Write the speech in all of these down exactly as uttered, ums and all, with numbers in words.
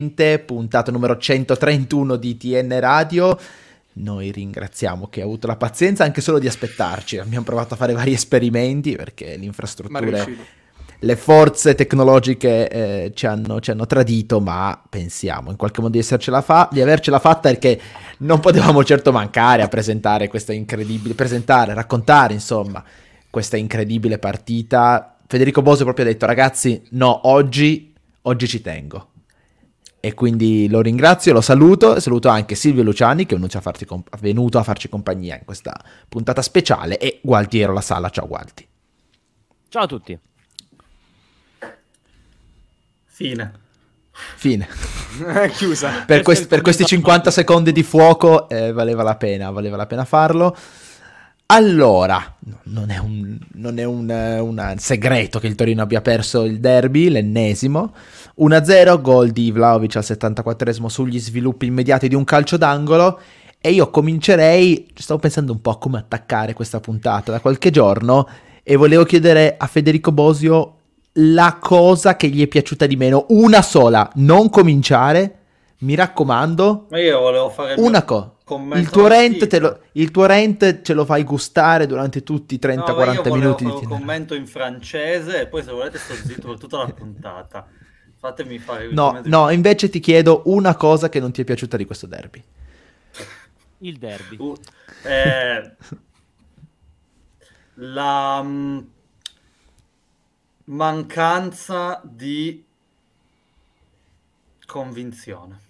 puntata numero centotrentuno di T N Radio. Noi ringraziamo chi ha avuto la pazienza anche solo di aspettarci. Abbiamo provato a fare vari esperimenti perché le infrastrutture, le forze tecnologiche eh, ci, hanno, ci hanno tradito, ma pensiamo in qualche modo di, essercela fa- di avercela fatta, perché non potevamo certo mancare a presentare questa incredibile, presentare, raccontare insomma questa incredibile partita. Federico Bosio proprio ha detto: ragazzi, no, oggi, oggi ci tengo. E quindi lo ringrazio, lo saluto, e saluto anche Silvio Luciani che è venuto a, farci comp- è venuto a farci compagnia in questa puntata speciale, e Gualtiero La Sala. Ciao Gualti. Ciao a tutti. Fine. Fine. Chiusa. Per, quest- per questi cinquanta secondi di fuoco eh, valeva la pena, valeva la pena farlo. Allora, non è un, non è un, un segreto che il Torino abbia perso il derby, l'ennesimo. uno a zero, gol di Vlahovic al settantaquattresimo sugli sviluppi immediati di un calcio d'angolo. E io comincerei, stavo pensando un po' a come attaccare questa puntata da qualche giorno, e volevo chiedere a Federico Bosio la cosa che gli è piaciuta di meno, una sola, non cominciare, mi raccomando. Ma io volevo fare una cosa. Il tuo, rent te lo, il tuo rent ce lo fai gustare durante tutti i trenta quaranta no, minuti. Io volevo fare un commento in francese e poi se volete sto zitto per tutta la puntata. Fatemi fare il No, no, invece ti chiedo una cosa che non ti è piaciuta di questo derby. Il derby. Uh, eh, la mh, mancanza di convinzione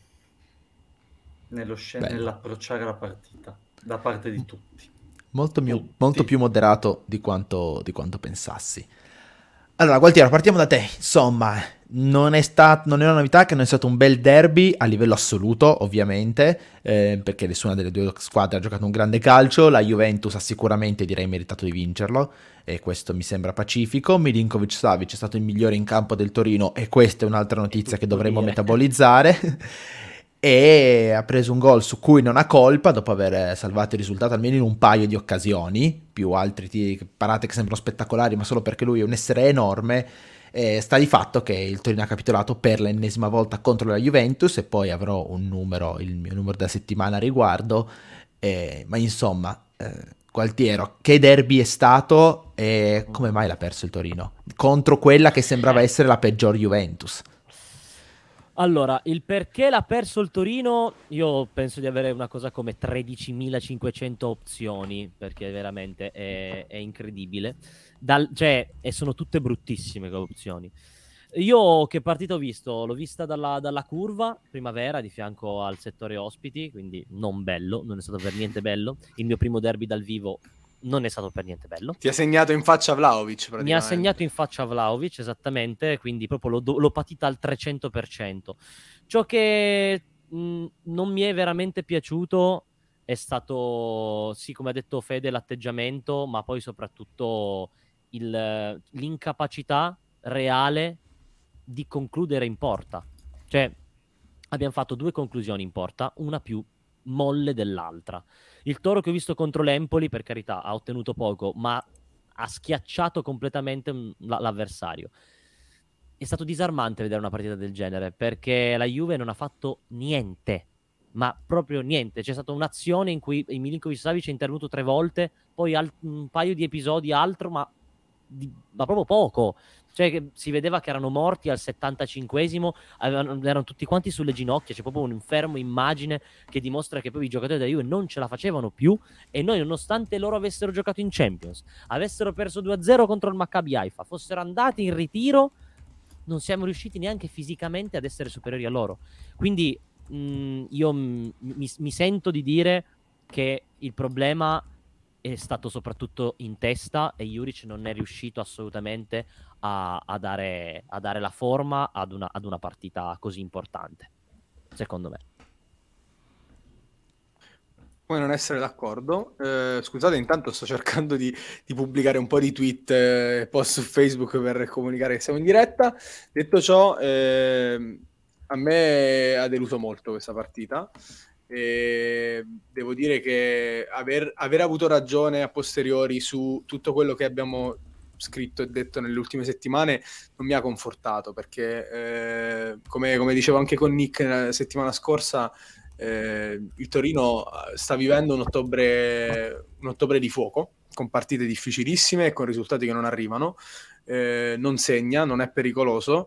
nello scen- nell'approcciare la partita da parte di tutti. Molto, mio, tutti. molto più moderato di quanto, di quanto pensassi. Allora, Gualtiero, partiamo da te. Insomma, non è, stat- non è una novità che non è stato un bel derby a livello assoluto, ovviamente, eh, perché nessuna delle due squadre ha giocato un grande calcio. La Juventus ha sicuramente, direi, meritato di vincerlo, e questo mi sembra pacifico. Milinkovic-Savic è stato il migliore in campo del Torino, e questa è un'altra notizia che dovremmo dire. metabolizzare. E ha preso un gol su cui non ha colpa, dopo aver salvato il risultato almeno in un paio di occasioni, più altri tiri, parate che sembrano spettacolari, ma solo perché lui è un essere enorme. Eh, sta di fatto che il Torino ha capitolato per l'ennesima volta contro la Juventus, e poi avrò un numero, il mio numero della settimana a riguardo. Eh, ma insomma, eh, Gualtiero, che derby è stato, e come mai l'ha perso il Torino contro quella che sembrava essere la peggior Juventus? Allora, il perché l'ha perso il Torino, io penso di avere una cosa come tredicimilacinquecento opzioni, perché veramente è, è incredibile. Dal, cioè, e sono tutte bruttissime quelle opzioni. Io che partita ho visto? L'ho vista dalla, dalla curva, primavera, di fianco al settore ospiti, quindi non bello, non è stato per niente bello. Il mio primo derby dal vivo non è stato per niente bello. Ti ha segnato in faccia Vlahovic, praticamente. Mi ha segnato in faccia Vlahovic, esattamente, quindi proprio l'ho, l'ho patita al trecento per cento. Ciò che mh, non mi è veramente piaciuto è stato, sì, come ha detto Fede, l'atteggiamento, ma poi soprattutto il, l'incapacità reale di concludere in porta. Cioè, abbiamo fatto due conclusioni in porta, una più molle dell'altra. Il Toro che ho visto contro l'Empoli, per carità, ha ottenuto poco, ma ha schiacciato completamente l'avversario. È stato disarmante vedere una partita del genere, perché la Juve non ha fatto niente, ma proprio niente. C'è stata un'azione in cui Milinkovic-Savic è intervenuto tre volte, poi al- un paio di episodi altro, ma, di, ma proprio poco. Cioè, che si vedeva che erano morti al settantacinquesimo, avevano, erano tutti quanti sulle ginocchia. C'è proprio un'infermo immagine che dimostra che poi i giocatori della Juve non ce la facevano più, e noi, nonostante loro avessero giocato in Champions, avessero perso due a zero contro il Maccabi Haifa, fossero andati in ritiro, non siamo riusciti neanche fisicamente ad essere superiori a loro. Quindi mh, io mh, mi, mi sento di dire che il problema è stato soprattutto in testa, e Juric non è riuscito assolutamente a, a, dare, a dare la forma ad una, ad una partita così importante, secondo me. Come non essere d'accordo? Eh, scusate, intanto sto cercando di, di pubblicare un po' di tweet e eh, post su Facebook per comunicare che siamo in diretta. Detto ciò, eh, a me ha deluso molto questa partita. E devo dire che aver, aver avuto ragione a posteriori su tutto quello che abbiamo scritto e detto nelle ultime settimane non mi ha confortato, perché eh, come, come dicevo anche con Nick la settimana scorsa, eh, il Torino sta vivendo un ottobre, un ottobre di fuoco, con partite difficilissime e con risultati che non arrivano, eh, non segna, non è pericoloso,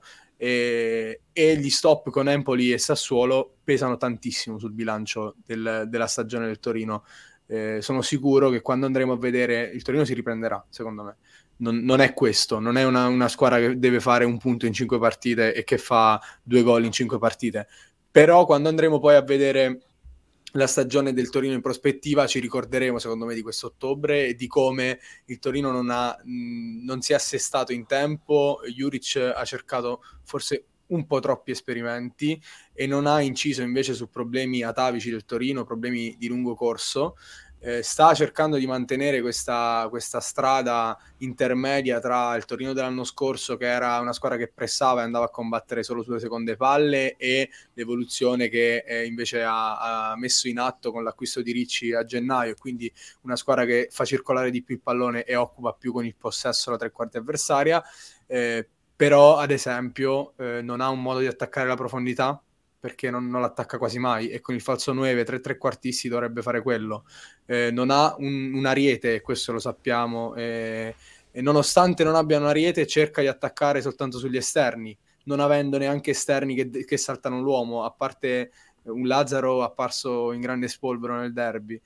e, e gli stop con Empoli e Sassuolo pesano tantissimo sul bilancio del, della stagione del Torino. Eh, sono sicuro che quando andremo a vedere il Torino si riprenderà, secondo me. Non, non è questo, non è una, una squadra che deve fare un punto in cinque partite e che fa due gol in cinque partite, però quando andremo poi a vedere la stagione del Torino in prospettiva ci ricorderemo, secondo me, di questo ottobre e di come il Torino non, ha, mh, non si è assestato in tempo. Juric ha cercato forse un po' troppi esperimenti e non ha inciso invece su problemi atavici del Torino, problemi di lungo corso. Eh, sta cercando di mantenere questa, questa strada intermedia tra il Torino dell'anno scorso, che era una squadra che pressava e andava a combattere solo sulle seconde palle, e l'evoluzione che eh, invece ha, ha messo in atto con l'acquisto di Ricci a gennaio, e quindi una squadra che fa circolare di più il pallone e occupa più con il possesso la tre quarti avversaria, eh, però ad esempio eh, non ha un modo di attaccare la profondità, perché non, non l'attacca quasi mai, e con il falso nove tre trequartisti dovrebbe fare quello. Eh, non ha un, un ariete, questo lo sappiamo, eh, e nonostante non abbia un ariete cerca di attaccare soltanto sugli esterni, non avendo neanche esterni che, che saltano l'uomo, a parte un Lazzaro apparso in grande spolvero nel derby.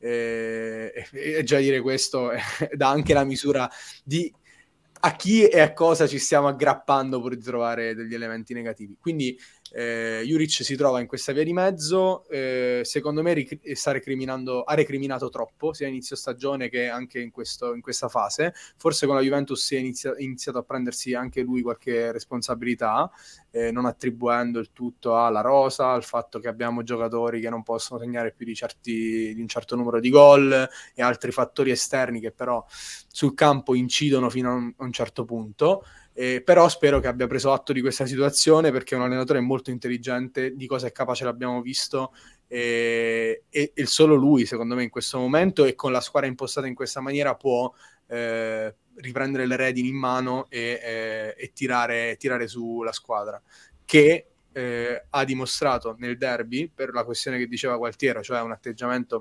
Eh, e, e già dire questo eh, dà anche la misura di a chi e a cosa ci stiamo aggrappando pur di trovare degli elementi negativi. Quindi eh, Juric si trova in questa via di mezzo, eh, secondo me ric- sta recriminando, ha recriminato troppo sia a inizio stagione che anche in, questo, in questa fase. Forse con la Juventus si è inizia- iniziato a prendersi anche lui qualche responsabilità, eh, non attribuendo il tutto alla rosa, al fatto che abbiamo giocatori che non possono segnare più di, certi, di un certo numero di gol e altri fattori esterni che però sul campo incidono fino a un, a un certo punto. Eh, però spero che abbia preso atto di questa situazione, perché è un allenatore molto intelligente, di cosa è capace l'abbiamo visto, eh, e, e solo lui secondo me in questo momento, e con la squadra impostata in questa maniera, può eh, riprendere le redini in mano e, eh, e tirare, tirare su la squadra, che eh, ha dimostrato nel derby, per la questione che diceva Gualtiero, cioè un atteggiamento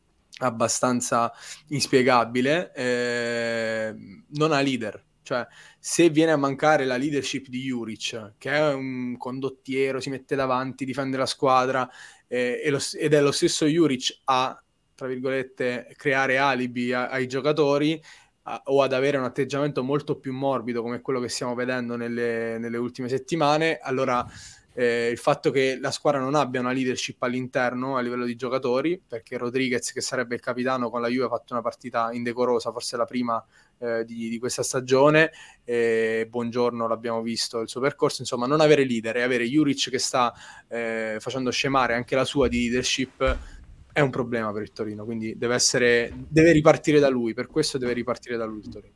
abbastanza inspiegabile, eh, non ha leader. Cioè, se viene a mancare la leadership di Juric, che è un condottiero, si mette davanti, difende la squadra, eh, e lo, ed è lo stesso Juric a, tra virgolette, creare alibi a, ai giocatori, a, o ad avere un atteggiamento molto più morbido come quello che stiamo vedendo nelle, nelle ultime settimane, allora eh, il fatto che la squadra non abbia una leadership all'interno a livello di giocatori, perché Rodriguez, che sarebbe il capitano con la Juve, ha fatto una partita indecorosa, forse la prima eh, di, di questa stagione, e Buongiorno l'abbiamo visto il suo percorso, insomma non avere leader e avere Juric che sta eh, facendo scemare anche la sua di leadership è un problema per il Torino, quindi deve essere, deve ripartire da lui, per questo deve ripartire da lui il Torino.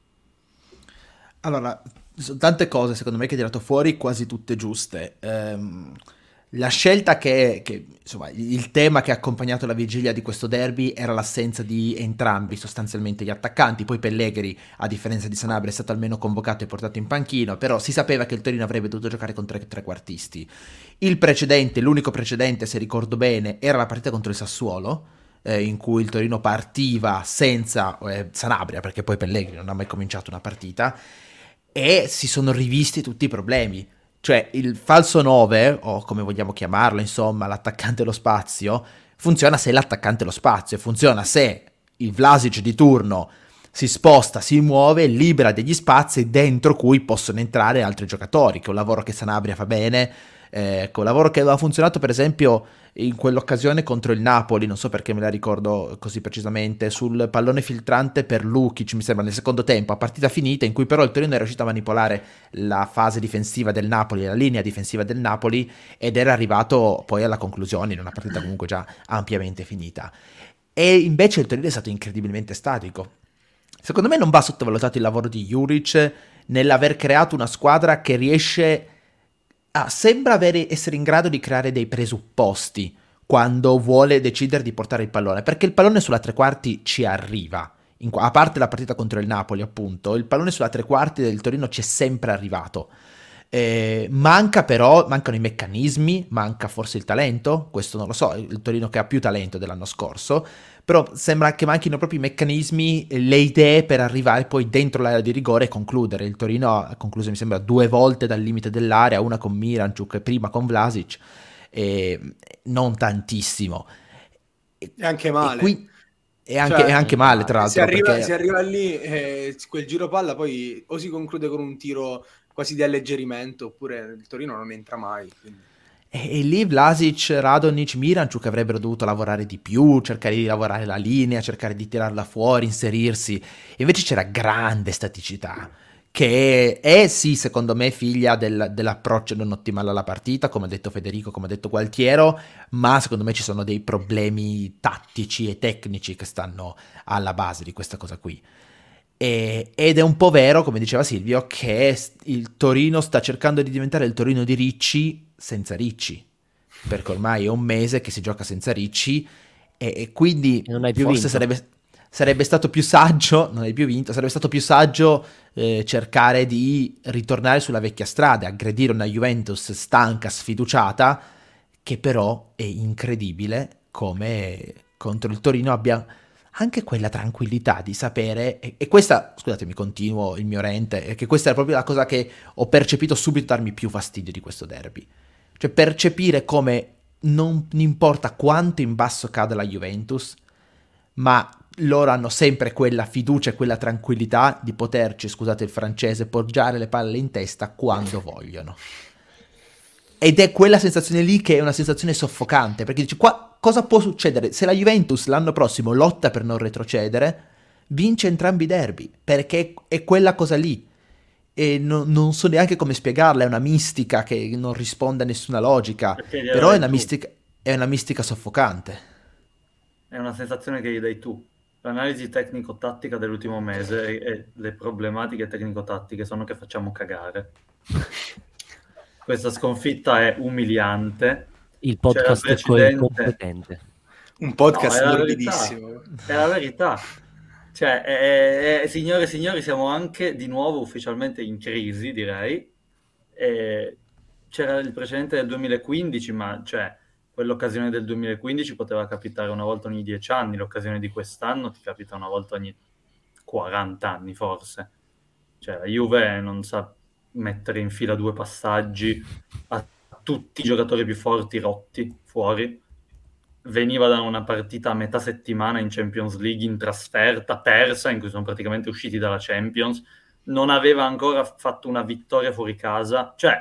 Allora, sono tante cose secondo me che hai tirato fuori, quasi tutte giuste. Ehm, la scelta che, che, insomma, il tema che ha accompagnato la vigilia di questo derby era l'assenza di entrambi sostanzialmente gli attaccanti. Poi Pellegrini, a differenza di Sanabria, è stato almeno convocato e portato in panchino, però si sapeva che il Torino avrebbe dovuto giocare con tre trequartisti. Il precedente, l'unico precedente, se ricordo bene, era la partita contro il Sassuolo, eh, in cui il Torino partiva senza eh, Sanabria, perché poi Pellegrini non ha mai cominciato una partita, e si sono rivisti tutti i problemi. Cioè il falso nove, o come vogliamo chiamarlo, insomma, l'attaccante lo spazio, funziona se l'attaccante lo spazio, funziona se il Vlasic di turno si sposta, si muove, libera degli spazi dentro cui possono entrare altri giocatori, che è un lavoro che Sanabria fa bene, eh, che è un lavoro che aveva funzionato per esempio in quell'occasione contro il Napoli, non so perché me la ricordo così precisamente, sul pallone filtrante per Lukic, mi sembra, nel secondo tempo, a partita finita, in cui però il Torino è riuscito a manipolare la fase difensiva del Napoli, la linea difensiva del Napoli, ed era arrivato poi alla conclusione in una partita comunque già ampiamente finita. E invece il Torino è stato incredibilmente statico. Secondo me non va sottovalutato il lavoro di Juric nell'aver creato una squadra che riesce a, sembra avere, essere in grado di creare dei presupposti quando vuole decidere di portare il pallone, perché il pallone sulla tre quarti ci arriva In, a parte la partita contro il Napoli, appunto, il pallone sulla tre quarti del Torino ci è sempre arrivato. Eh, manca però, mancano i meccanismi, manca forse il talento, questo non lo so, il Torino che ha più talento dell'anno scorso, però sembra che manchino proprio i meccanismi, le idee per arrivare poi dentro l'area di rigore e concludere. Il Torino ha concluso, mi sembra, due volte dal limite dell'area, una con Miranchuk e prima con Vlasic, e non tantissimo. E anche male. E qui, e anche, cioè, e anche male, tra l'altro. Si arriva, perché... si arriva lì, eh, quel giro palla poi o si conclude con un tiro quasi di alleggerimento, oppure il Torino non entra mai. Quindi. E, e lì Vlasic, Radonjic, Miranchuk avrebbero dovuto lavorare di più, cercare di lavorare la linea, cercare di tirarla fuori, inserirsi. E invece c'era grande staticità, che è, è sì, secondo me, figlia del, dell'approccio non ottimale alla partita, come ha detto Federico, come ha detto Gualtiero, ma secondo me ci sono dei problemi tattici e tecnici che stanno alla base di questa cosa qui. E, ed è un po' vero, come diceva Silvio, che il Torino sta cercando di diventare il Torino di Ricci senza Ricci, perché ormai è un mese che si gioca senza Ricci e, e quindi e non hai più forse vinto. sarebbe, sarebbe stato più saggio, non hai più vinto, sarebbe stato più saggio eh, cercare di ritornare sulla vecchia strada, aggredire una Juventus stanca, sfiduciata, che però è incredibile come contro il Torino abbia anche quella tranquillità di sapere, e, e questa, scusatemi, continuo il mio rente, è che questa è proprio la cosa che ho percepito subito darmi più fastidio di questo derby. Cioè percepire come non importa quanto in basso cade la Juventus, ma loro hanno sempre quella fiducia e quella tranquillità di poterci, scusate il francese, poggiare le palle in testa quando vogliono. Ed è quella sensazione lì che è una sensazione soffocante, perché dici, qua, cosa può succedere? Se la Juventus l'anno prossimo lotta per non retrocedere, vince entrambi i derby, perché è quella cosa lì. E no, non so neanche come spiegarla, è una mistica che non risponde a nessuna logica, però è una, mistica, è una mistica soffocante. È una sensazione che gli dai tu. L'analisi tecnico-tattica dell'ultimo mese e, e le problematiche tecnico-tattiche sono che facciamo cagare. Questa sconfitta è umiliante. Il podcast precedente... è competente. Un podcast no, morbidissimo. È la verità. Cioè, è, è, signore e signori, siamo anche di nuovo ufficialmente in crisi, direi. E c'era il precedente del duemilaquindici, ma cioè, quell'occasione del duemilaquindici poteva capitare una volta ogni dieci anni, l'occasione di quest'anno ti capita una volta ogni quaranta anni, forse. Cioè, la Juve non sa mettere in fila due passaggi a tutti i giocatori più forti rotti fuori. Veniva da una partita a metà settimana in Champions League in trasferta, persa, in cui sono praticamente usciti dalla Champions, non aveva ancora fatto una vittoria fuori casa, cioè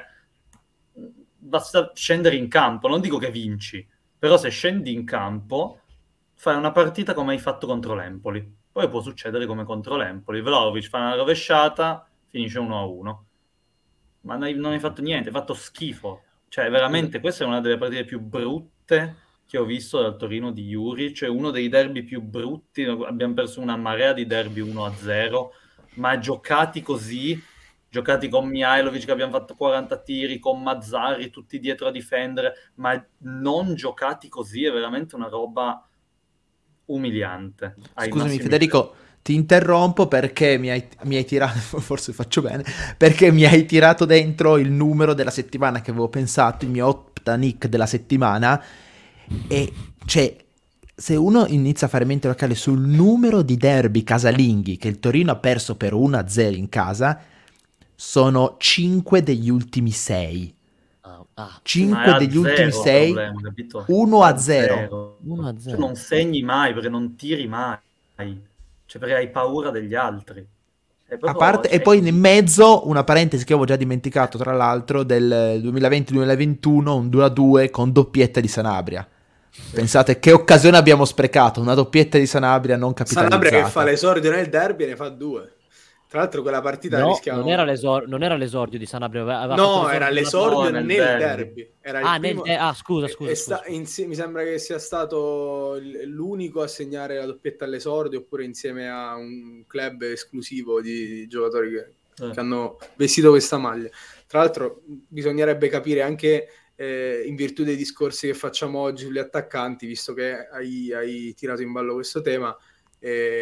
basta scendere in campo, non dico che vinci, però se scendi in campo fai una partita come hai fatto contro l'Empoli, poi può succedere come contro l'Empoli, Vlahovic fa una rovesciata, finisce uno a uno. Ma non hai fatto niente, hai fatto schifo. Cioè, veramente, questa è una delle partite più brutte che ho visto dal Torino di Juric, cioè uno dei derby più brutti. Abbiamo perso una marea di derby uno a zero, ma giocati così, giocati con Mihajlovic che abbiamo fatto quaranta tiri, con Mazzarri tutti dietro a difendere, ma non giocati così, è veramente una roba umiliante. Scusami Federico, livelli. Ti interrompo perché mi hai, mi hai tirato, forse faccio bene, perché mi hai tirato dentro il numero della settimana che avevo pensato, il mio Optanic della settimana, e cioè se uno inizia a fare mente locale sul numero di derby casalinghi che il Torino ha perso per uno a zero in casa, sono cinque degli ultimi sei. Ah, cinque degli ultimi sei, uno a zero. Cioè, non segni mai perché non tiri mai, cioè perché hai paura degli altri. A parte, cioè, e poi in mezzo una parentesi che avevo già dimenticato, tra l'altro, del duemilaventi duemilaventuno, un due a due con doppietta di Sanabria. Sì. Pensate che occasione abbiamo sprecato, una doppietta di Sanabria non capitalizzata. Sanabria che fa l'esordio nel derby e ne fa due. Tra l'altro quella partita no, rischiamo... non, era l'esor- non era l'esordio di Sanabria, aveva no, era l'esordio nel, nel derby, derby. Era ah, il primo... nel de- ah scusa scusa, e scusa, sta... insie... mi sembra che sia stato l'unico a segnare la doppietta all'esordio, oppure insieme a un club esclusivo di giocatori che, eh. che hanno vestito questa maglia. Tra l'altro bisognerebbe capire anche eh, in virtù dei discorsi che facciamo oggi sugli attaccanti, visto che hai, hai tirato in ballo questo tema, eh,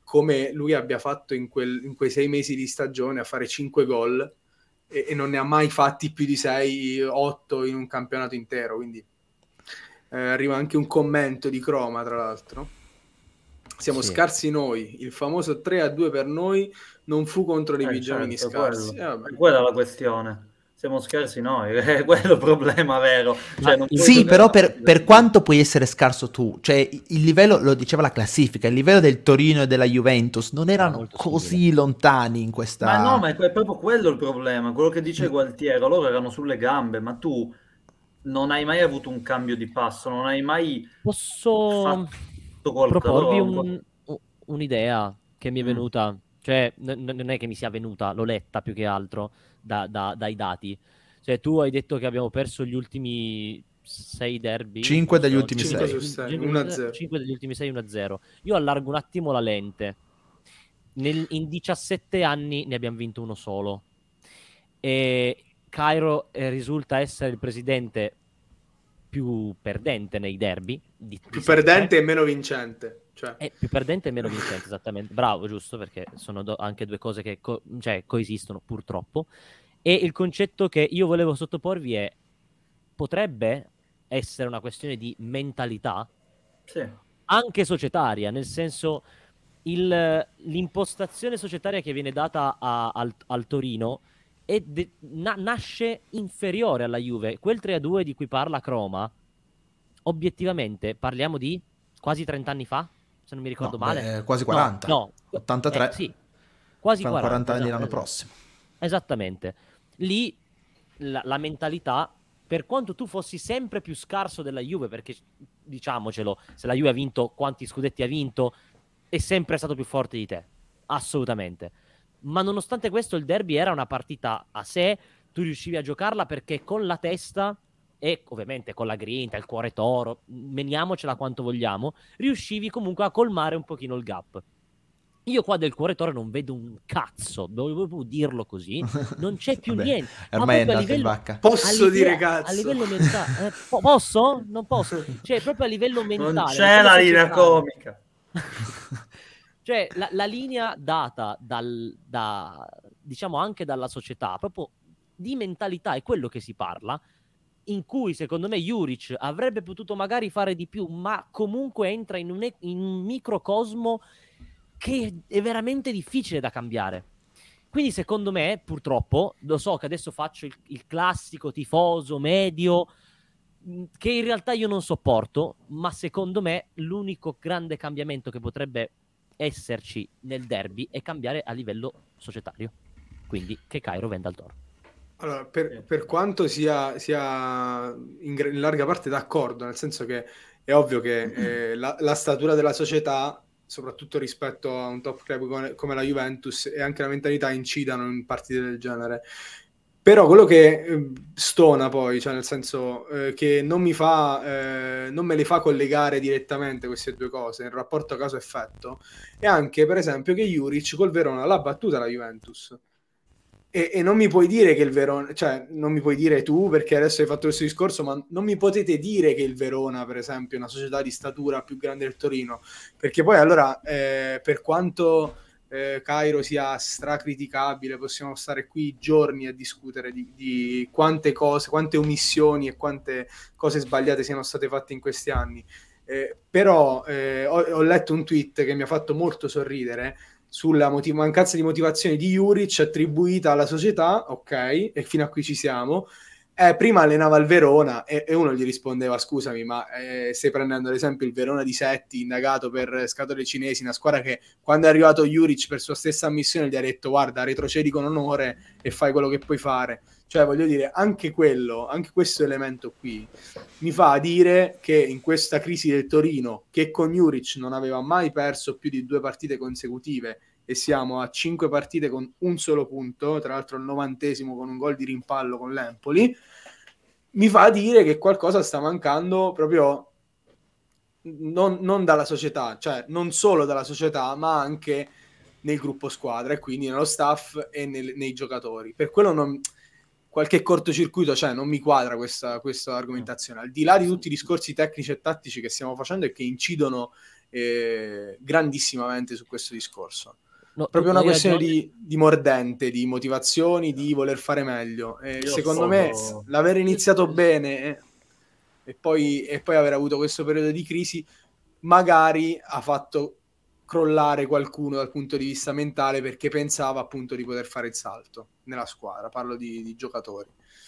come lui abbia fatto in, quel, in quei sei mesi di stagione a fare cinque gol e, e non ne ha mai fatti più di sei otto in un campionato intero, quindi eh, arriva anche un commento di Croma, tra l'altro. Siamo Sì. scarsi noi, il famoso tre a due per noi non fu contro dei Eh, pigiamini certo, scarsi. quello. Eh, vabbè. È quella la questione. Siamo scarsi noi, è quello il problema vero. Cioè, non puoi Sì, giocare però una per, partita per così. quanto puoi essere scarso tu, cioè il livello, lo diceva la classifica, il livello del Torino e della Juventus non erano molto così simile. lontani in questa... Ma no, ma è, que- è proprio quello il problema. Quello che dice Gualtiero, loro erano sulle gambe, ma tu non hai mai avuto un cambio di passo, non hai mai Posso fatto qualcosa. proporvi Allora, un- u- un'idea che mi è Mm. venuta, cioè n- n- non è che mi sia venuta, l'ho letta più che altro da- da- dai dati. Cioè tu hai detto che abbiamo perso gli ultimi sei derby, Cinque degli giusto? ultimi Cinque sei. su sei, Cinque uno a zero. cinque degli ultimi sei, uno a zero. Io allargo un attimo la lente. Nel- in diciassette anni ne abbiamo vinto uno solo. E Cairo eh, risulta essere il presidente più perdente nei derby. Di, Più di perdente sempre. e meno vincente. Cioè. È più perdente e meno vincente, esattamente. Bravo, giusto, perché sono do- anche due cose che co- cioè, coesistono purtroppo. E il concetto che io volevo sottoporvi è: potrebbe essere una questione di mentalità, Sì. anche societaria, nel senso il- l'impostazione societaria che viene data a- al, al Torino è de- na- nasce inferiore alla Juve. Quel tre a due di cui parla Croma, obiettivamente parliamo di quasi trenta anni fa, se non mi ricordo No, male. beh, quasi No, quaranta. no, ottantatré. eh, sì, quasi Fanno quaranta, quaranta anni esatto. l'anno prossimo. Esattamente. Lì la, la mentalità, per quanto tu fossi sempre più scarso della Juve, perché diciamocelo, se la Juve ha vinto quanti scudetti ha vinto, è sempre stato più forte di te. Assolutamente. Ma nonostante questo il derby era una partita a sé, tu riuscivi a giocarla perché con la testa e ovviamente con la grinta, il cuore toro, meniamocela quanto vogliamo, riuscivi comunque a colmare un pochino il gap. Io qua del cuore toro non vedo un cazzo, volevo proprio dirlo così, non c'è più Vabbè, niente. Ma ormai è proprio a andato in livello, vacca. Posso a dire live- cazzo? A livello mentale, eh, po- posso? Non posso. Cioè, proprio a livello mentale. Non a c'è livello la linea societario. comica. Cioè, la, la linea data dal, da, diciamo anche dalla società, proprio di mentalità, è quello che si parla, in cui secondo me Juric avrebbe potuto magari fare di più, ma comunque entra in un, e- in un microcosmo che è veramente difficile da cambiare. Quindi secondo me, purtroppo, lo so che adesso faccio il, il classico tifoso medio, mh, che in realtà io non sopporto, ma secondo me l'unico grande cambiamento che potrebbe esserci nel derby è cambiare a livello societario. Quindi che Cairo venda al Toro. Allora, per, per quanto sia, sia in, gr- in larga parte d'accordo, nel senso che è ovvio che eh, la, la statura della società, soprattutto rispetto a un top club come, come la Juventus, e anche la mentalità incidano in partite del genere. Però quello che eh, stona poi, cioè nel senso eh, che non mi fa, eh, non me le fa collegare direttamente queste due cose, il rapporto causa-effetto, è anche per esempio che Juric col Verona l'ha battuta la Juventus. E, e non mi puoi dire che il Verona, cioè non mi puoi dire tu, perché adesso hai fatto questo discorso, ma non mi potete dire che il Verona, per esempio, è una società di statura più grande del Torino, perché poi allora, eh, per quanto eh, Cairo sia stracriticabile, possiamo stare qui giorni a discutere di, di quante cose, quante omissioni e quante cose sbagliate siano state fatte in questi anni. Eh, però eh, ho, ho letto un tweet che mi ha fatto molto sorridere sulla motiv- mancanza di motivazione di Juric attribuita alla società, ok, e fino a qui ci siamo. Eh, prima allenava il Verona e, e uno gli rispondeva: scusami, ma eh, stai prendendo ad esempio il Verona di Setti, indagato per scatole cinesi, una squadra che quando è arrivato Juric per sua stessa ammissione gli ha detto: guarda, retrocedi con onore e fai quello che puoi fare. Cioè, voglio dire, anche quello, anche questo elemento qui mi fa dire che in questa crisi del Torino, che con Juric non aveva mai perso più di due partite consecutive, e siamo a cinque partite con un solo punto, tra l'altro il novantesimo con un gol di rimpallo con l'Empoli, mi fa dire che qualcosa sta mancando proprio non, non dalla società, cioè non solo dalla società, ma anche nel gruppo squadra e quindi nello staff e nel, nei giocatori. Per quello non... qualche cortocircuito, cioè non mi quadra questa, questa argomentazione, al di là di tutti i discorsi tecnici e tattici che stiamo facendo e che incidono eh, grandissimamente su questo discorso. No, Proprio una questione ragione... di, di mordente, di motivazioni, di voler fare meglio. E secondo sono... me l'aver iniziato bene e, e, poi, e poi aver avuto questo periodo di crisi magari ha fatto crollare qualcuno dal punto di vista mentale, perché pensava appunto di poter fare il salto nella squadra. Parlo di, di giocatori.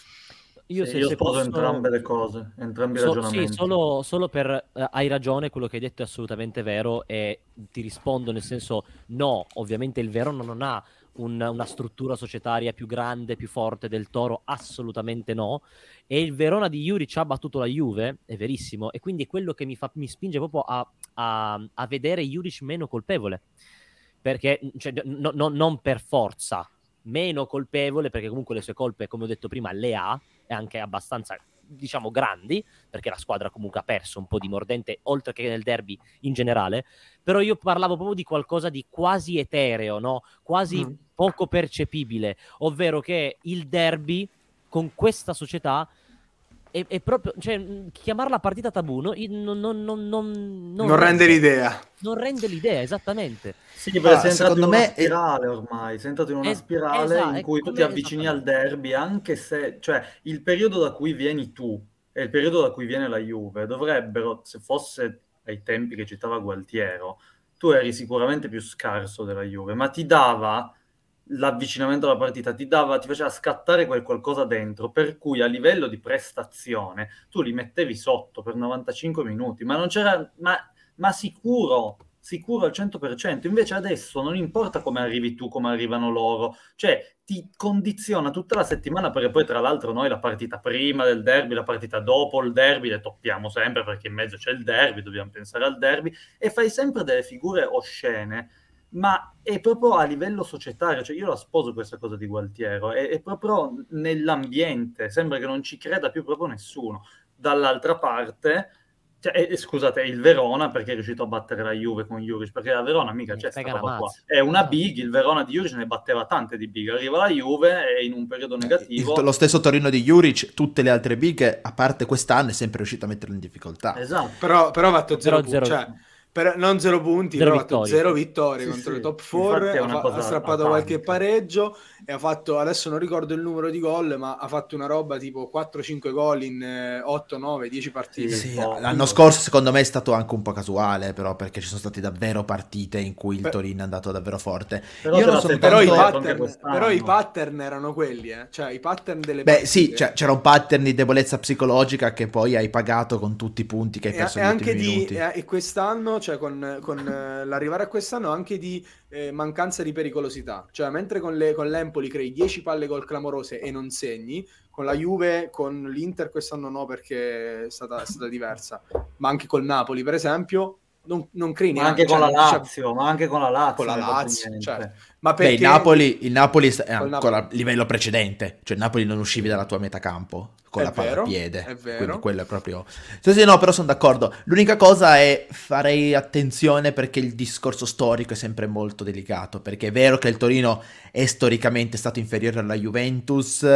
Io, sì, se, io se sposo posso... entrambe le cose, entrambi i So, ragionamenti. sì, solo, solo per... eh, hai ragione, quello che hai detto è assolutamente vero e ti rispondo nel senso no, ovviamente il Verona non ha un- una struttura societaria più grande, più forte del Toro, assolutamente no, e il Verona di Juric ha battuto la Juve, è verissimo, e quindi è quello che mi, fa, mi spinge proprio a, a, a vedere Juric meno colpevole, perché cioè, no, no, non per forza meno colpevole, perché comunque le sue colpe, come ho detto prima, le ha, e anche abbastanza, diciamo, grandi, perché la squadra comunque ha perso un po' di mordente, oltre che nel derby in generale, però io parlavo proprio di qualcosa di quasi etereo, no? Quasi Mm. poco percepibile, ovvero che il derby con questa società è, è proprio, cioè, chiamarla partita tabù no? non, non, non, non, Non rende l'idea. Non rende l'idea, esattamente. Sì, perché Ah, sei entrato in secondo una me è- spirale ormai, sei entrato in una Es- spirale esa- in è cui tu ti come avvicini al esattamente. derby, anche se, cioè, il periodo da cui vieni tu e il periodo da cui viene la Juve dovrebbero, se fosse ai tempi che citava Gualtiero, tu eri sicuramente più scarso della Juve, ma ti dava l'avvicinamento alla partita, ti dava, ti faceva scattare quel qualcosa dentro, per cui a livello di prestazione tu li mettevi sotto per novantacinque minuti, ma non c'era, ma, ma sicuro, sicuro al cento per cento. Invece adesso non importa come arrivi tu, come arrivano loro, cioè ti condiziona tutta la settimana, perché poi tra l'altro noi la partita prima del derby, la partita dopo il derby le toppiamo sempre, perché in mezzo c'è il derby, dobbiamo pensare al derby, e fai sempre delle figure oscene, ma è proprio a livello societario, cioè io la sposo questa cosa di Gualtiero, è, è proprio nell'ambiente, sembra che non ci creda più proprio nessuno. Dall'altra parte, cioè, eh, scusate, è il Verona perché è riuscito a battere la Juve con Juric, perché la Verona mica Ne c'è sta frega una roba qua, mazza. è una Esatto. big, il Verona di Juric ne batteva tante di big, arriva la Juve e in un periodo il- negativo... lo stesso Torino di Juric, tutte le altre big, a parte quest'anno, è sempre riuscito a metterlo in difficoltà. Esatto. Però, però ha fatto zero Però punti, zero, cioè, per, non zero punti, zero però ha fatto vittorie. zero vittorie Sì, contro sì. le top Infatti quattro, è ha, una fa- cosa ha strappato a qualche tanti. pareggio e ha fatto, adesso non ricordo il numero di gol, ma ha fatto una roba tipo quattro cinque gol in eh, otto nove dieci partite. Sì. Sì, po- l'anno scorso secondo me è stato anche un po' casuale, però perché ci sono state davvero partite in cui il Per- Torino è andato davvero forte. Però Io te non la sono sei Però i, tanto... fatto anche pattern, quest'anno. però i pattern erano quelli, eh? Cioè i pattern delle Beh partite. sì, cioè, c'era un pattern di debolezza psicologica che poi hai pagato con tutti i punti che hai E, perso e negli anche ultimi di minuti. e, e quest'anno, cioè con, con eh, l'arrivare a quest'anno, anche di eh, mancanza di pericolosità. Cioè, mentre con, le, con l'Empoli crei dieci palle gol clamorose e non segni, con la Juve, con l'Inter quest'anno no, perché è stata, è stata diversa. Ma anche col Napoli, per esempio, non, non crei Ma neanche. anche con Cioè, la non dice- Lazio, ma anche con la Lazio con la non hai fatto Lazio, niente. certo. Ma Beh, il perché Napoli, il Napoli è Col ancora Napoli. a livello precedente, cioè il Napoli non uscivi dalla tua metà campo con È la palla vero, al piede, è vero. quindi quello è proprio... Sì, sì, no, però sono d'accordo. L'unica cosa è farei attenzione perché il discorso storico è sempre molto delicato, perché è vero che il Torino è storicamente stato inferiore alla Juventus,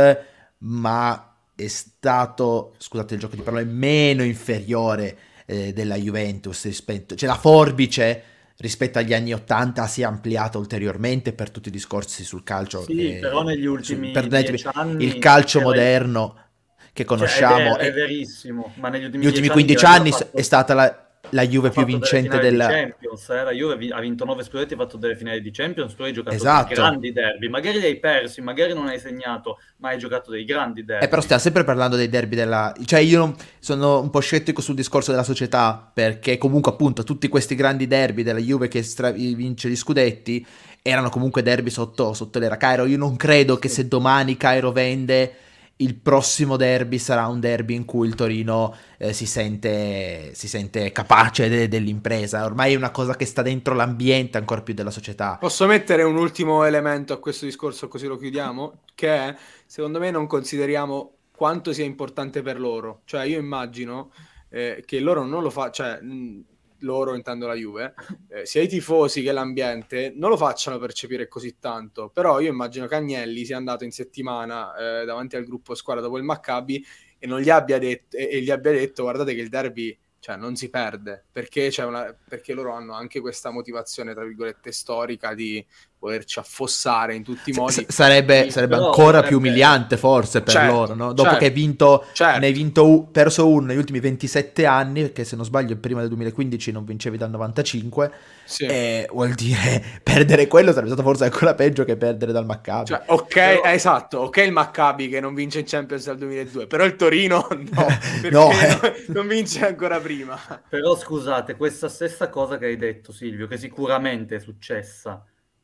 ma è stato, scusate il gioco di parole, meno inferiore eh, della Juventus rispetto... Cioè la forbice rispetto agli anni ottanta si è ampliata ulteriormente per tutti i discorsi sul calcio, Sì, però eh, negli sul, ultimi perdonatemi, dieci anni il calcio era- moderno che cioè, è, conosciamo. vero, è E verissimo, ma negli ultimi gli ultimi dieci anni quindici la Juve ha anni fatto, è stata la, la Juve ha più fatto delle vincente finali di del... Champions, eh? La Juve vi- ha vinto nove scudetti, ha fatto delle finali di Champions, tu hai giocato dei Esatto. grandi derby, magari li hai persi, magari non hai segnato, ma hai giocato dei grandi Eh, derby. però stiamo sempre parlando dei derby della... Cioè io non- sono un po' scettico sul discorso della società, perché comunque appunto tutti questi grandi derby della Juve che stra- vince gli scudetti erano comunque derby sotto, sotto l'era Cairo. Io non credo che se domani Cairo vende, il prossimo derby sarà un derby in cui il Torino eh, si sente, si sente capace de- dell'impresa. Ormai è una cosa che sta dentro l'ambiente ancora più della società. Posso mettere un ultimo elemento a questo discorso così lo chiudiamo? Che è, secondo me non consideriamo quanto sia importante per loro. Cioè io immagino eh, che loro non lo fa, cioè mh, loro intendo la Juve, eh, sia i tifosi che l'ambiente non lo facciano percepire così tanto. Però io immagino che Agnelli sia andato in settimana eh, davanti al gruppo squadra dopo il Maccabi e non gli abbia detto e, e gli abbia detto guardate che il derby cioè non si perde, perché, c'è una, perché loro hanno anche questa motivazione, tra virgolette, storica di volerci affossare in tutti i modi. S- sarebbe Sì, sarebbe però ancora dovrebbe- più umiliante forse per Certo, loro, no? Dopo certo, che hai vinto, certo. ne hai vinto u- perso uno negli ultimi ventisette anni, perché se non sbaglio prima del duemilaquindici non vincevi dal novantacinque, Sì. e vuol dire perdere quello sarebbe stato forse ancora peggio che perdere dal Maccabi. Cioè, ok, Però- eh, esatto, ok il Maccabi che non vince in Champions dal duemiladue, però il Torino no, perché No, no, eh. non vince ancora prima. Però scusate, questa stessa cosa che hai detto, Silvio, che sicuramente è successa,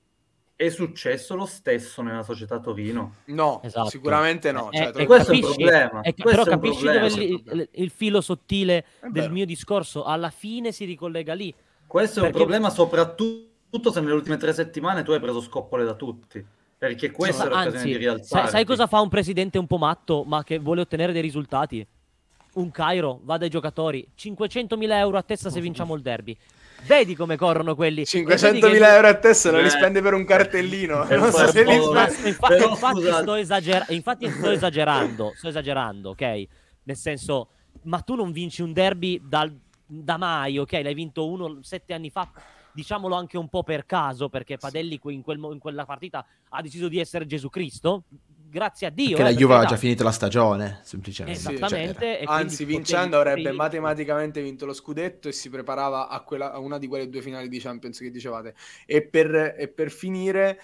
è successo lo stesso nella società Torino. No, Esatto. sicuramente no. Eh, Cioè, eh, Torino- questo è un capisci- problema. eh, Questo però è un capisci problema. dove il, il- il filo sottile È del vero. mio discorso? Alla fine si ricollega lì. Questo è un Perché- problema soprattutto se nelle ultime tre settimane tu hai preso scoppole da tutti. Perché questa è l'occasione Anzi, di sai, rialzarti. sai cosa fa un presidente un po' matto, ma che vuole ottenere dei risultati? Un Cairo va dai giocatori, cinquecentomila euro a testa se vinciamo il derby. Vedi come corrono quelli. cinquecentomila euro a testa non li Beh, spende per un cartellino. è un Non so po' se li poco. spende. Ma infa- Però, infatti, scusate. sto esager- infatti sto esagerando, sto esagerando, ok? Nel senso, ma tu non vinci un derby dal, da mai, ok? L'hai vinto uno sette anni fa, diciamolo anche un po' per caso, perché Padelli que- in, quel mo- in quella partita ha deciso di essere Gesù Cristo. Grazie a Dio. Perché eh, la per Juve ha carità. già finito la stagione, semplicemente. Sì, Esattamente. Cioè, e quindi Anzi, potevi- vincendo avrebbe potevi- matematicamente vinto lo scudetto e si preparava a, quella, a una di quelle due finali di Champions che dicevate. E per, e per finire,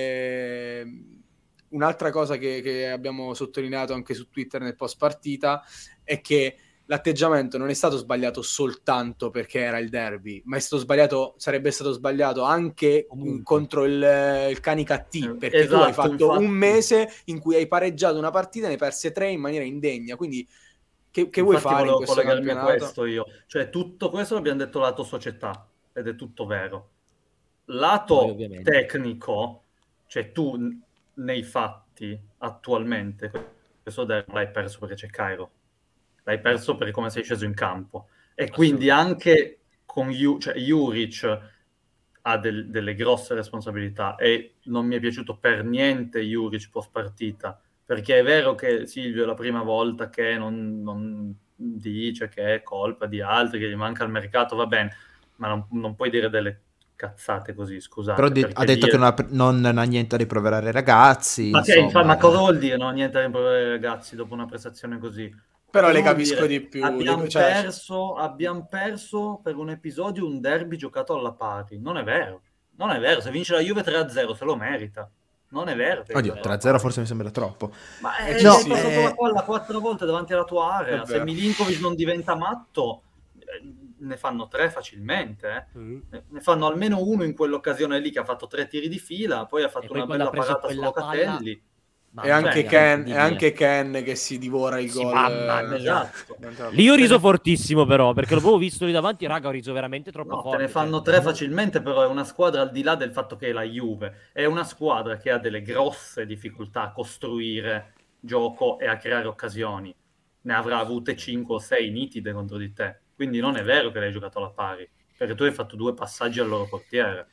eh, un'altra cosa che, che abbiamo sottolineato anche su Twitter nel post partita è che l'atteggiamento non è stato sbagliato soltanto perché era il derby, ma è stato sbagliato, sarebbe stato sbagliato anche Comunque. mh, contro il, il Canicattì, Eh, perché tu hai esatto, fatto infatti. un mese in cui hai pareggiato una partita e ne hai perse tre in maniera indegna, quindi che, che vuoi Infatti fare in volevo questo collegarmi a campionato? questo io. Cioè, tutto questo l'abbiamo detto lato società, ed è tutto vero. Lato Poi, ovviamente. tecnico, cioè tu n- nei fatti, attualmente, questo derby l'hai perso perché c'è Cairo. L'hai perso per come sei sceso in campo. E quindi anche con Ju- cioè, Juric ha del- delle grosse responsabilità e non mi è piaciuto per niente Juric post partita, perché è vero che Silvio è la prima volta che non, non dice che è colpa di altri, che gli manca il mercato, va bene, ma non, non puoi dire delle cazzate così, scusate. Però de- perché ha detto dire- che non ha, non, non ha niente da riproverare ai ragazzi. Ma, che, insomma, infa- ma cosa vuol dire? Non ho niente da rimproverare ai ragazzi dopo una prestazione così. Però Cosa le vuol capisco dire? di più. Abbiamo, cioè- perso, abbiamo perso per un episodio un derby giocato alla pari. Non è vero. Non è vero. Se vince la Juve tre a zero se lo merita. Non è vero. che Oddio, vince tre a la zero pari. forse mi sembra troppo. Ma Eh, è, no, hai passato eh, la palla quattro volte davanti alla tua area. È Se vero. Milinkovic non diventa matto, eh, ne fanno tre facilmente. eh. Mm. Ne- Ne fanno almeno uno in quell'occasione lì che ha fatto tre tiri di fila, poi ha fatto E poi una quando bella ha preso parata su quella palla- Locatelli. Mamma E anche, mia, Ken, di e Dio. anche Ken che si divora il Sì, gol. mamma eh, mia. Esatto. Lì ho riso fortissimo però, perché l'avevo visto lì davanti, raga, ho riso veramente troppo No, forte. te ne fanno cioè. tre facilmente, però è una squadra al di là del fatto che è la Juve, è una squadra che ha delle grosse difficoltà a costruire gioco e a creare occasioni. Ne avrà avute cinque o sei nitide contro di te, quindi non è vero che l'hai giocato alla pari, perché tu hai fatto due passaggi al loro portiere.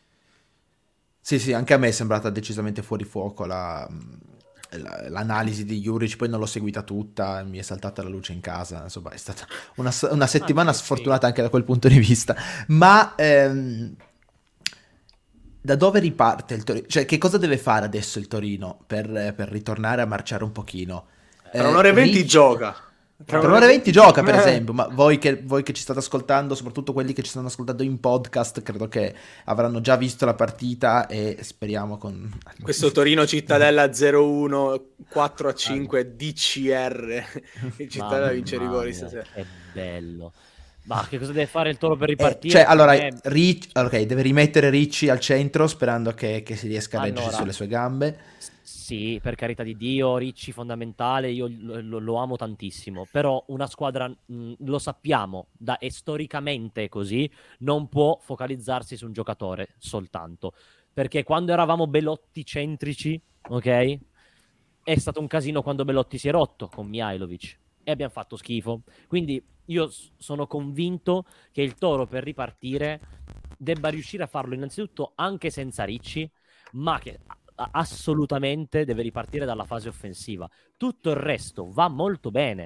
Sì, sì, anche a me è sembrata decisamente fuori fuoco la, la- l'analisi di Juric, poi non l'ho seguita tutta, mi è saltata la luce in casa, insomma è stata una, una settimana Ah, sì, sfortunata anche da quel punto di vista, ma ehm, da dove riparte il Torino? Cioè che cosa deve fare adesso il Torino per, per ritornare a marciare un pochino? Tra Eh, un'ora e venti Ricci- gioca. Tra un'ora e venti gioca, per Eh. esempio, ma voi che, voi che ci state ascoltando, soprattutto quelli che ci stanno ascoltando in podcast, credo che avranno già visto la partita e speriamo con... Questo Torino Cittadella zero uno quattro a cinque D C R. Il Cittadella Mamma vince i rigori mia, stasera. Che bello. Ma che cosa deve fare il Toro per Eh, ripartire? cioè, allora, Eh, Ricci- ok, deve rimettere Ricci al centro sperando che, che si riesca a reggersi Allora. sulle sue gambe. Sì, per carità di Dio, Ricci fondamentale, io lo, lo- lo amo tantissimo, però una squadra, mh, lo sappiamo, da, e storicamente è così, non può focalizzarsi su un giocatore soltanto, perché quando eravamo Belotti centrici, ok, è stato un casino quando Belotti si è rotto con Mihajlovic e abbiamo fatto schifo, quindi io s- sono convinto che il Toro per ripartire debba riuscire a farlo innanzitutto anche senza Ricci, ma che a- assolutamente deve ripartire dalla fase offensiva. Tutto il resto va molto bene.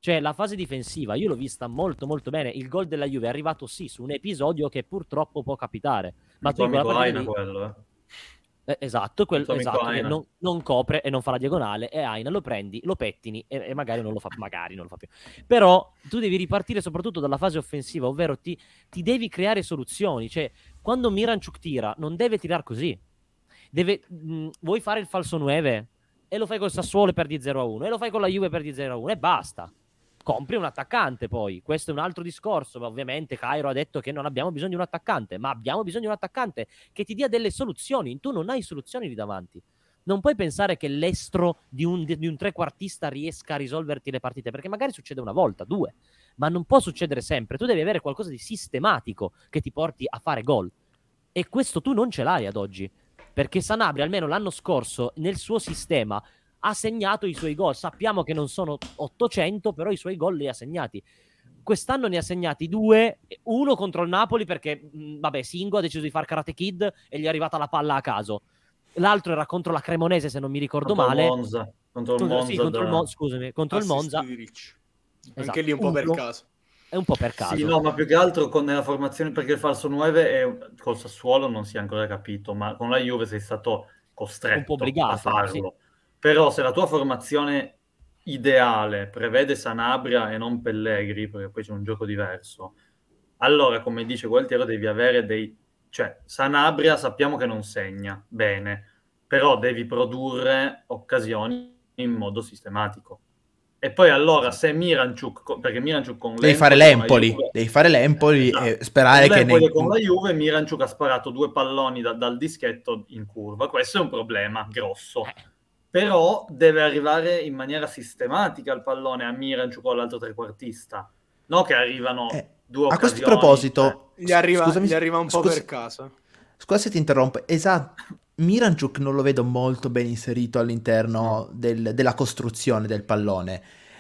Cioè, la fase difensiva io l'ho vista molto molto bene. Il gol della Juve è arrivato sì su un episodio che purtroppo può capitare. Ma il tu tuo in quella amico partita Aina lì... quello, eh. Eh, esatto, quel, Il tuo amico esatto che Aina. non, non copre e non fa la diagonale, e Aina lo prendi, lo pettini e, e magari non lo fa, magari non lo fa più. Però tu devi ripartire soprattutto dalla fase offensiva, ovvero ti, ti devi creare soluzioni. Cioè, quando Miranchuk tira, non deve tirare così. Deve, mh, vuoi fare il falso nove e lo fai col Sassuolo e perdi zero a uno, e lo fai con la Juve e perdi zero a uno e basta. Compri un attaccante poi, questo è un altro discorso, ma ovviamente Cairo ha detto che non abbiamo bisogno di un attaccante, ma abbiamo bisogno di un attaccante che ti dia delle soluzioni. Tu non hai soluzioni lì davanti, non puoi pensare che l'estro di un, di un trequartista riesca a risolverti le partite, perché magari succede una volta, due, ma non può succedere sempre. Tu devi avere qualcosa di sistematico che ti porti a fare gol, e questo tu non ce l'hai ad oggi, perché Sanabria almeno l'anno scorso nel suo sistema ha segnato i suoi gol. Sappiamo che non sono ottocento, però i suoi gol li ha segnati. Quest'anno ne ha segnati due, uno contro il Napoli perché, mh, vabbè, Singo ha deciso di far Karate Kid e gli è arrivata la palla a caso. L'altro era contro la Cremonese, se non mi ricordo contro male. Il Monza. Contro il Contro, Monza. sì, contro da... il Mon- scusami, contro il Monza. Di Ricci. Esatto. Anche lì un po' per Uno. caso. È un po' per caso. Sì, no, ma più che altro con nella formazione, perché il falso nove è, col Sassuolo non si è ancora capito, ma con la Juve sei stato costretto Un po' obbligato, a farlo. Sì. Però se la tua formazione ideale prevede Sanabria e non Pellegri, perché poi c'è un gioco diverso, allora, come dice Gualtiero, devi avere dei... Cioè, Sanabria sappiamo che non segna, bene, però devi produrre occasioni in modo sistematico. E poi allora se Miranchuk, perché Miranchuk con devi fare l'Empoli, Juve, devi fare l'Empoli esatto, e sperare che l'Empoli ne... con la Juve Miranchuk ha sparato due palloni da, dal dischetto in curva. Questo è un problema grosso, però deve arrivare in maniera sistematica il pallone a Miranchuk o all'altro trequartista, no che arrivano eh, due occasioni. A questo proposito, eh. gli, arriva, scusami, gli arriva un po' scusa, per caso. Scusa se ti interrompo, esatto. Miranchuk non lo vedo molto ben inserito all'interno no. del, della costruzione del pallone.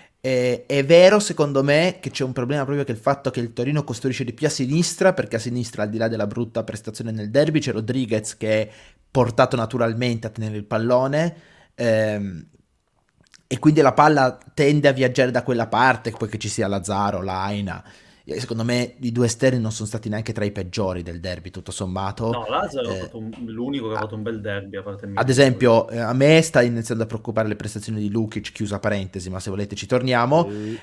E, è vero, secondo me, che c'è un problema proprio che il fatto che il Torino costruisce di più a sinistra, perché a sinistra, al di là della brutta prestazione nel derby, c'è Rodriguez che è portato naturalmente a tenere il pallone, ehm, e quindi la palla tende a viaggiare da quella parte, poi che ci sia Lazzaro, Laina. Secondo me i due esterni non sono stati neanche tra i peggiori del derby, tutto sommato. No, Lazzaro eh, ha fatto un, l'unico che ha fatto un bel derby. A parte ad esempio, eh, a me sta iniziando a preoccupare le prestazioni di Lukic, chiusa parentesi, ma se volete ci torniamo. Mm.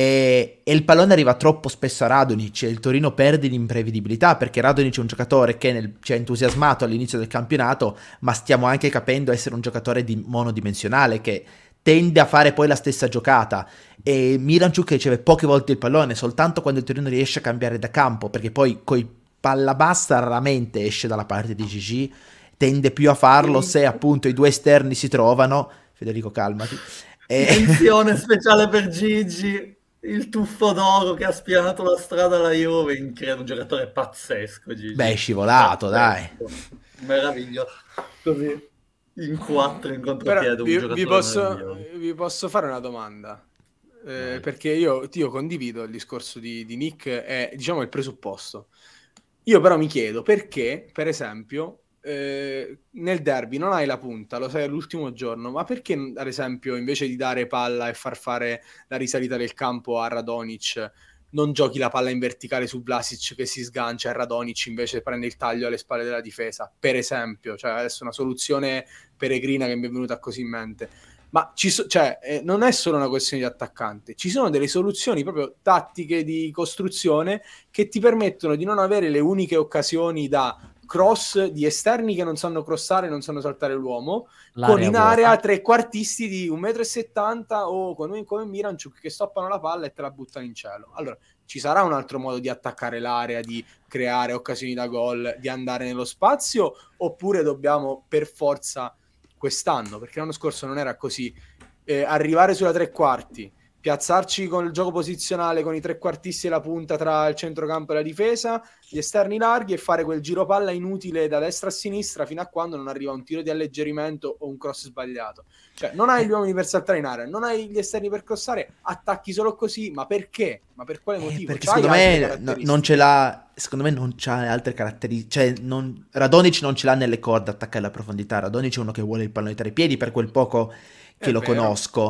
E, e il pallone arriva troppo spesso a Radonjic e il Torino perde l'imprevedibilità, perché Radonjic è un giocatore che nel, ci ha entusiasmato all'inizio del campionato, ma stiamo anche capendo essere un giocatore di, monodimensionale che tende a fare poi la stessa giocata, e Miranchuk riceve poche volte il pallone, soltanto quando il Torino riesce a cambiare da campo, perché poi coi palla bassa raramente esce dalla parte di Gigi, tende più a farlo se appunto i due esterni si trovano. Federico, calmati. Menzione speciale per Gigi, il tuffo d'oro che ha spianato la strada alla Juve, incredibile, un giocatore pazzesco Gigi. Beh, è scivolato, pazzesco. Dai. Meraviglioso. Così. In quattro in contropiede vi, vi, posso, vi posso fare una domanda eh, perché io, io condivido il discorso di, di Nick, è diciamo il presupposto. Io però mi chiedo perché, per esempio, eh, nel derby non hai la punta, lo sai all'ultimo giorno, ma perché ad esempio invece di dare palla e far fare la risalita del campo a Radonjic non giochi la palla in verticale su Vlasic che si sgancia e Radonjic invece prende il taglio alle spalle della difesa, per esempio? Cioè adesso è una soluzione peregrina che mi è venuta così in mente, ma ci so- cioè, eh, non è solo una questione di attaccante, ci sono delle soluzioni proprio tattiche di costruzione che ti permettono di non avere le uniche occasioni da cross di esterni che non sanno crossare, non sanno saltare l'uomo, l'area con in vuota. Area trequartisti di un metro e settanta o come, come Miranchuk che stoppano la palla e te la buttano in cielo. Allora ci sarà un altro modo di attaccare l'area, di creare occasioni da gol, di andare nello spazio, oppure dobbiamo per forza quest'anno, perché l'anno scorso non era così, eh, arrivare sulla tre quarti, piazzarci con il gioco posizionale con i trequartisti e la punta tra il centrocampo e la difesa, gli esterni larghi, e fare quel giro palla inutile da destra a sinistra fino a quando non arriva un tiro di alleggerimento o un cross sbagliato. Cioè non hai gli uomini per saltare in area, non hai gli esterni per crossare, attacchi solo così, ma perché? Ma per quale motivo? Eh, perché secondo me no, non ce l'ha, secondo me non c'ha altre caratteristiche, cioè non, Radonjic non ce l'ha nelle corde attaccare la profondità. Radonjic è uno che vuole il pallone tra i piedi, per quel poco che è lo vero. conosco.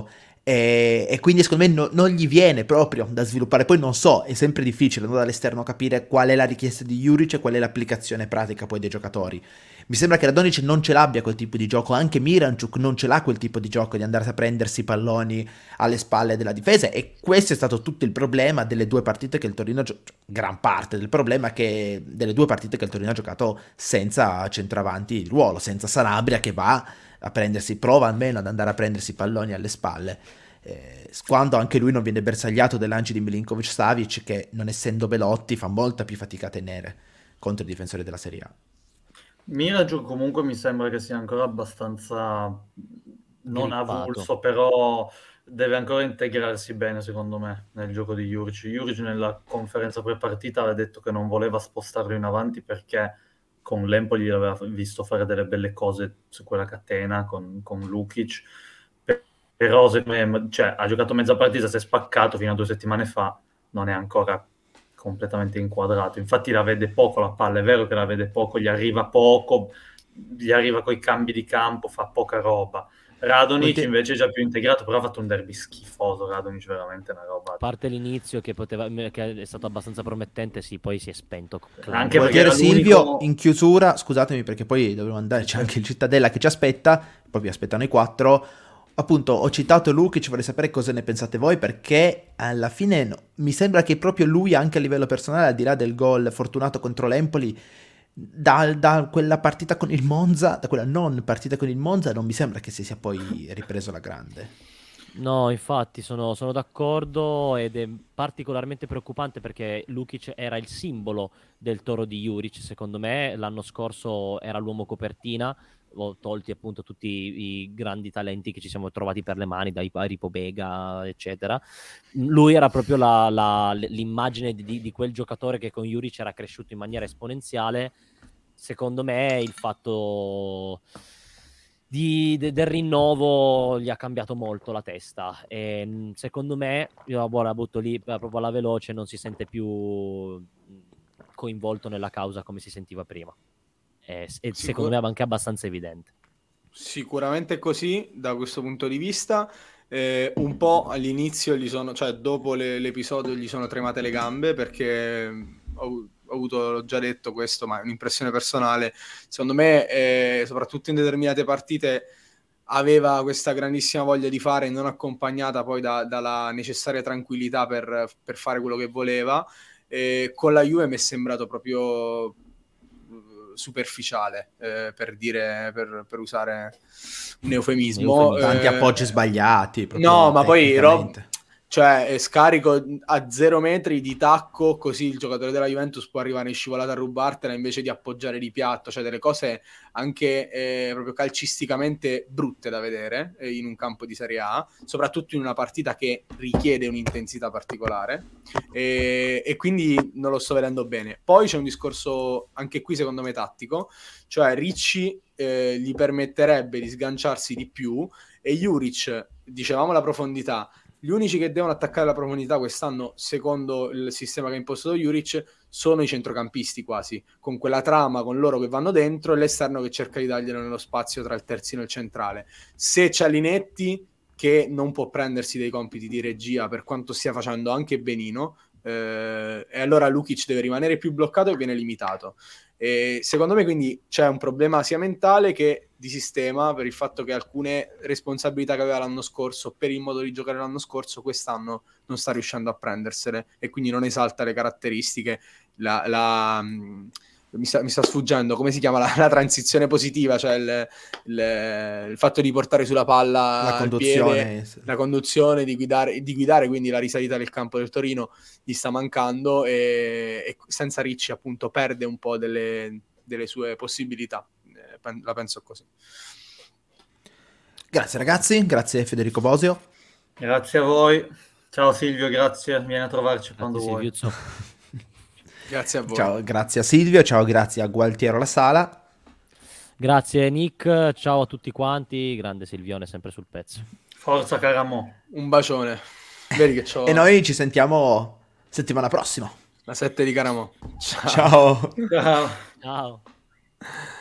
E, e quindi secondo me no, non gli viene proprio da sviluppare. Poi non so, è sempre difficile, no, dall'esterno capire qual è la richiesta di Juric e qual è l'applicazione pratica poi dei giocatori. Mi sembra che Radonjic non ce l'abbia quel tipo di gioco, anche Miranchuk non ce l'ha quel tipo di gioco di andare a prendersi i palloni alle spalle della difesa, e questo è stato tutto il problema delle due partite che il Torino ha giocato, gran parte del problema che delle due partite che il Torino ha giocato senza centravanti di ruolo, senza Sanabria che va a prendersi, prova almeno ad andare a prendersi i palloni alle spalle, eh, quando anche lui non viene bersagliato dai lanci di Milinkovic-Savic, che non essendo Belotti fa molta più fatica a tenere contro i difensori della Serie A. Miragic comunque mi sembra che sia ancora abbastanza non Grippato. avulso, però deve ancora integrarsi bene secondo me nel gioco di Juric. Juric nella conferenza pre-partita aveva detto che non voleva spostarlo in avanti perché con l'Empoli aveva visto fare delle belle cose su quella catena con, con Lukic, però secondo me, cioè, ha giocato mezza partita, si è spaccato fino a due settimane fa, non è ancora completamente inquadrato, infatti la vede poco la palla, è vero che la vede poco, gli arriva poco, gli arriva coi cambi di campo, fa poca roba. Radonjic Te... invece è già più integrato, però ha fatto un derby schifoso. Radonjic veramente una roba. A parte l'inizio che, poteva, che è stato abbastanza promettente, sì, poi si è spento. Anche Gualtiero perché Silvio l'unico... in chiusura, scusatemi perché poi dobbiamo andare, c'è anche il Cittadella che ci aspetta, poi vi aspettano i quattro. Appunto, ho citato Lukic, vorrei sapere cosa ne pensate voi, perché alla fine no, mi sembra che proprio lui, anche a livello personale, al di là del gol fortunato contro l'Empoli, da, da quella partita con il Monza, da quella non partita con il Monza, non mi sembra che si sia poi ripreso la grande. No, infatti sono, sono d'accordo, ed è particolarmente preoccupante perché Lukic era il simbolo del Toro di Juric, secondo me. L'anno scorso era l'uomo copertina, tolti appunto tutti i grandi talenti che ci siamo trovati per le mani, dai vari Pobega eccetera. Lui era proprio la, la, l'immagine di, di quel giocatore che con Juric era cresciuto in maniera esponenziale. Secondo me il fatto di, de, del rinnovo gli ha cambiato molto la testa, e secondo me, io la butto lì proprio alla veloce, non si sente più coinvolto nella causa come si sentiva prima. E, e secondo me è anche abbastanza evidente. Sicuramente così da questo punto di vista. Eh, un po' all'inizio gli sono, cioè dopo le, l'episodio gli sono tremate le gambe perché ho, ho avuto, l'ho già detto questo, ma è un'impressione personale. Secondo me, eh, soprattutto in determinate partite, aveva questa grandissima voglia di fare, non accompagnata poi da, dalla necessaria tranquillità per, per fare quello che voleva. Eh, con la Juve mi è sembrato proprio superficiale, eh, per dire, per, per usare un eufemismo, tanti eh, appoggi sbagliati no, ma poi Rob, cioè scarico a zero metri di tacco, così il giocatore della Juventus può arrivare in scivolata a rubartela invece di appoggiare di piatto, cioè delle cose anche eh, proprio calcisticamente brutte da vedere eh, in un campo di Serie A, soprattutto in una partita che richiede un'intensità particolare, e, e quindi non lo sto vedendo bene. Poi c'è un discorso anche qui secondo me tattico, cioè Ricci eh, gli permetterebbe di sganciarsi di più, e Juric, dicevamo la profondità, gli unici che devono attaccare la profondità quest'anno, secondo il sistema che ha impostato Juric, sono i centrocampisti quasi, con quella trama, con loro che vanno dentro e l'esterno che cerca di darglielo nello spazio tra il terzino e il centrale. Se c'è Linetti, che non può prendersi dei compiti di regia per quanto stia facendo anche benino, eh, e allora Lukic deve rimanere più bloccato e viene limitato. E secondo me quindi c'è un problema sia mentale che di sistema, per il fatto che alcune responsabilità che aveva l'anno scorso per il modo di giocare l'anno scorso quest'anno non sta riuscendo a prendersele, e quindi non esalta le caratteristiche, la, la, mh, mi, sta, mi sta sfuggendo come si chiama la, la transizione positiva, cioè il, il, il fatto di portare sulla palla la al conduzione, piede, la conduzione, di guidare, di guidare quindi la risalita del campo del Torino gli sta mancando, e, e senza Ricci appunto perde un po' delle, delle sue possibilità, eh, la penso così. Grazie ragazzi, grazie Federico Bosio. Grazie a voi, ciao Silvio, grazie, vieni a trovarci quando vuoi. Grazie a voi. Ciao, grazie a Silvio, ciao, grazie a Gualtiero La Sala. Grazie Nick, ciao a tutti quanti, grande Silvione sempre sul pezzo. Forza Caramò. Un bacione. Vedi che c'ho... E noi ci sentiamo settimana prossima. La sette di Caramò. Ciao. Ciao. Ciao.